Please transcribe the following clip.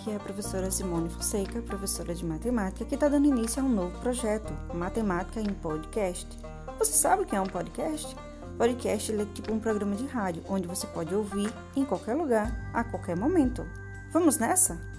aqui é a professora Simone Fonseca, professora de matemática, que está dando início a um novo projeto, Matemática em Podcast. Você sabe o que é um podcast? Podcast é tipo um programa de rádio, onde você pode ouvir em qualquer lugar, a qualquer momento. Vamos nessa?